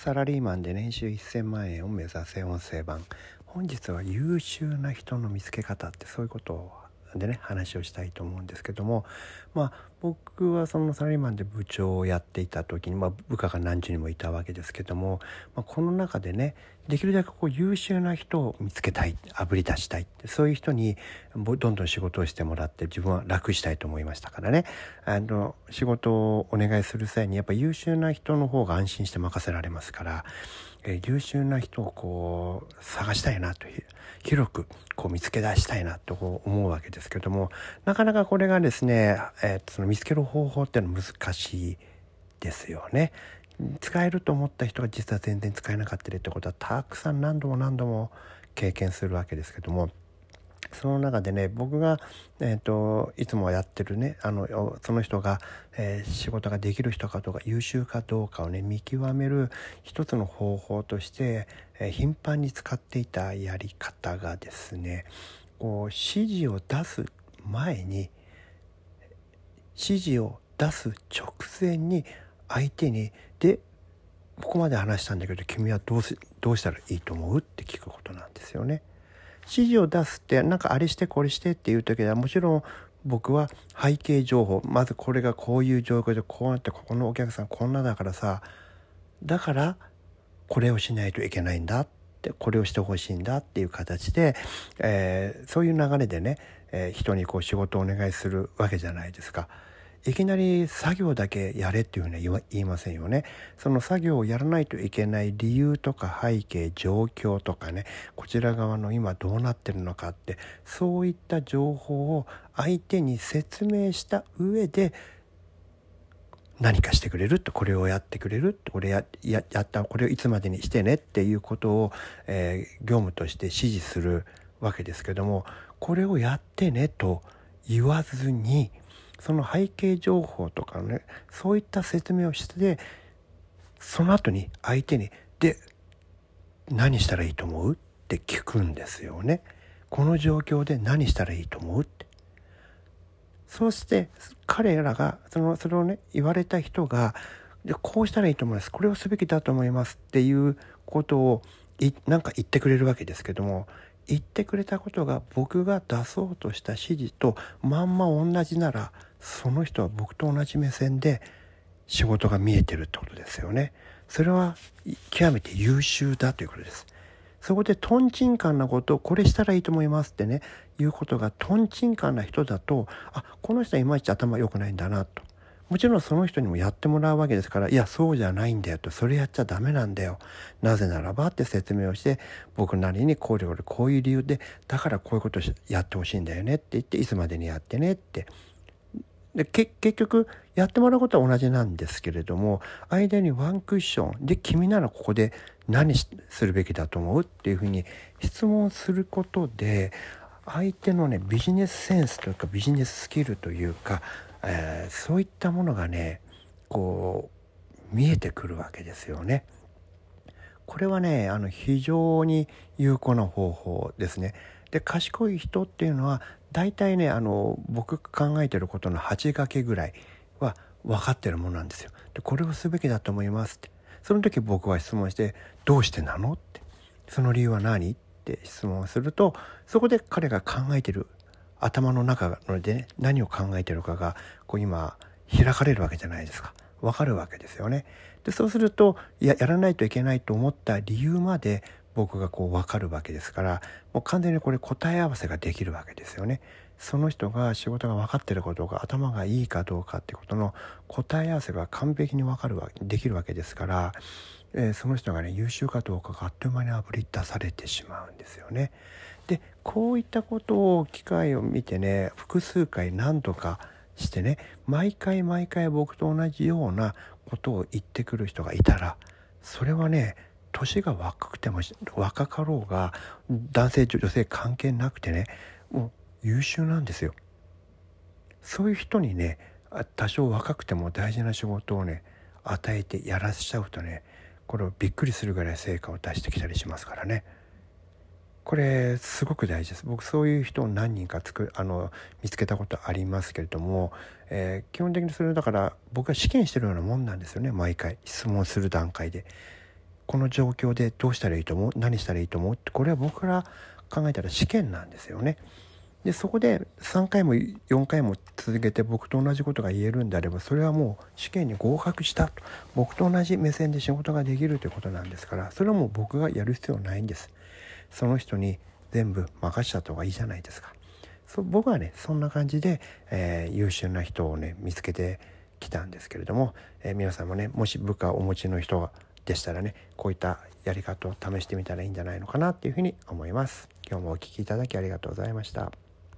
サラリーマンで年収1000万円を目指せ音声版。本日は優秀な人の見つけ方ってそういうことでね話をしたいと思うんですけども、僕はそのサラリーマンで部長をやっていた時に、部下が何十人もいたわけですけども、この中でねできるだけ優秀な人を見つけたい、あぶり出したいって、そういう人にどんどん仕事をしてもらって自分は楽したいと思いましたからね、仕事をお願いする際にやっぱ優秀な人の方が安心して任せられますから、優秀な人を探したいなと、広く見つけ出したいなと思うわけですけども、なかなかこれがですね、その見つける方法っていうのは難しいですよね。使えると思った人が実は全然使えなかったりってことはたくさん何度も経験するわけですけども、その中でね僕が、いつもやってるねその人が、仕事ができる人かどうか優秀かどうかをね見極める一つの方法として、頻繁に使っていたやり方がですね、指示を出す前に、指示を出す直前に相手にここまで話したんだけど君はどうしたらいいと思うって聞くことなんですよね。指示を出すってあれしてこれしてっていう時はもちろん僕は背景情報、まずこれがこういう状況でこうなって、ここのお客さんこんなだからさ、だからこれをしないといけないんだって、これをしてほしいんだっていう形で、そういう流れでね、人に仕事をお願いするわけじゃないですか。いきなり作業だけやれっていうふうには言いませんよね。その作業をやらないといけない理由とか背景、状況とかね、こちら側の今どうなってるのかって、そういった情報を相手に説明した上で、何かしてくれるって、これをやってくれるって、これやったこれをいつまでにしてねっていうことを、業務として指示するわけですけども、これをやってねと言わずに、その背景情報とかね、そういった説明をして、その後に相手に何したらいいと思うって聞くんですよね。この状況で何したらいいと思うって。そうして彼らがそれをね言われた人がこうしたらいいと思います、これをすべきだと思いますっていうことを言ってくれるわけですけども、言ってくれたことが僕が出そうとした指示とまんま同じなら、その人は僕と同じ目線で仕事が見えてるってことですよね。それは極めて優秀だということです。そこでトンチンカンなことをこれしたらいいと思いますってねいうことがトンチンカンな人だと、この人はいまいち頭良くないんだなと、もちろんその人にもやってもらうわけですから、いやそうじゃないんだよと、それやっちゃダメなんだよ、なぜならばって説明をして、僕なりにこういう理由でだからこういうことをやってほしいんだよねって言って、いつまでにやってねって、で結局やってもらうことは同じなんですけれども、間にワンクッションで君ならここで何するべきだと思うっていうふうに質問することで、相手のねビジネスセンスというかビジネススキルというか、そういったものがね見えてくるわけですよね。これはね非常に有効な方法ですね。で賢い人っていうのは大体ね僕が考えてることの8掛けぐらいは分かってるものなんですよ。でこれをすべきだと思いますって、その時僕は質問して、どうしてなのって、その理由は何って質問すると、そこで彼が考えてる頭の中ので、ね、何を考えてるかが今開かれるわけじゃないですか。分かるわけですよね。でそうするとやらないといけないと思った理由まで僕が分かるわけですから、もう完全にこれ答え合わせができるわけですよね。その人が仕事が分かっていることが頭がいいかどうかってことの答え合わせが完璧にできるわけですから、その人がね優秀かどうかがあっという間にあぶり出されてしまうんですよね。でこういったことを機会を見てね複数回何度かしてね、毎回僕と同じようなことを言ってくる人がいたら、それはね年が若くても若かろうが男性女性関係なくてね、もう優秀なんですよ。そういう人にね多少若くても大事な仕事をね与えてやらせちゃうとね、これをびっくりするぐらい成果を出してきたりしますからね。これすごく大事です。僕そういう人を何人か見つけたことありますけれども、基本的にそれだから僕は試験してるようなもんなんですよね。毎回質問する段階でこの状況でどうしたらいいと思う、何したらいいと思うって、これは僕から考えたら試験なんですよね。でそこで3回も4回も続けて僕と同じことが言えるんであれば、それはもう試験に合格したと、僕と同じ目線で仕事ができるということなんですから、それはもう僕がやる必要ないんです。その人に全部任せちゃった方がいいじゃないですか。僕はねそんな感じで、優秀な人をね見つけてきたんですけれども、皆さんもねもし部下をお持ちの人でしたらね、こういったやり方を試してみたらいいんじゃないのかなっていうふうに思います。今日もお聞きいただきありがとうございました。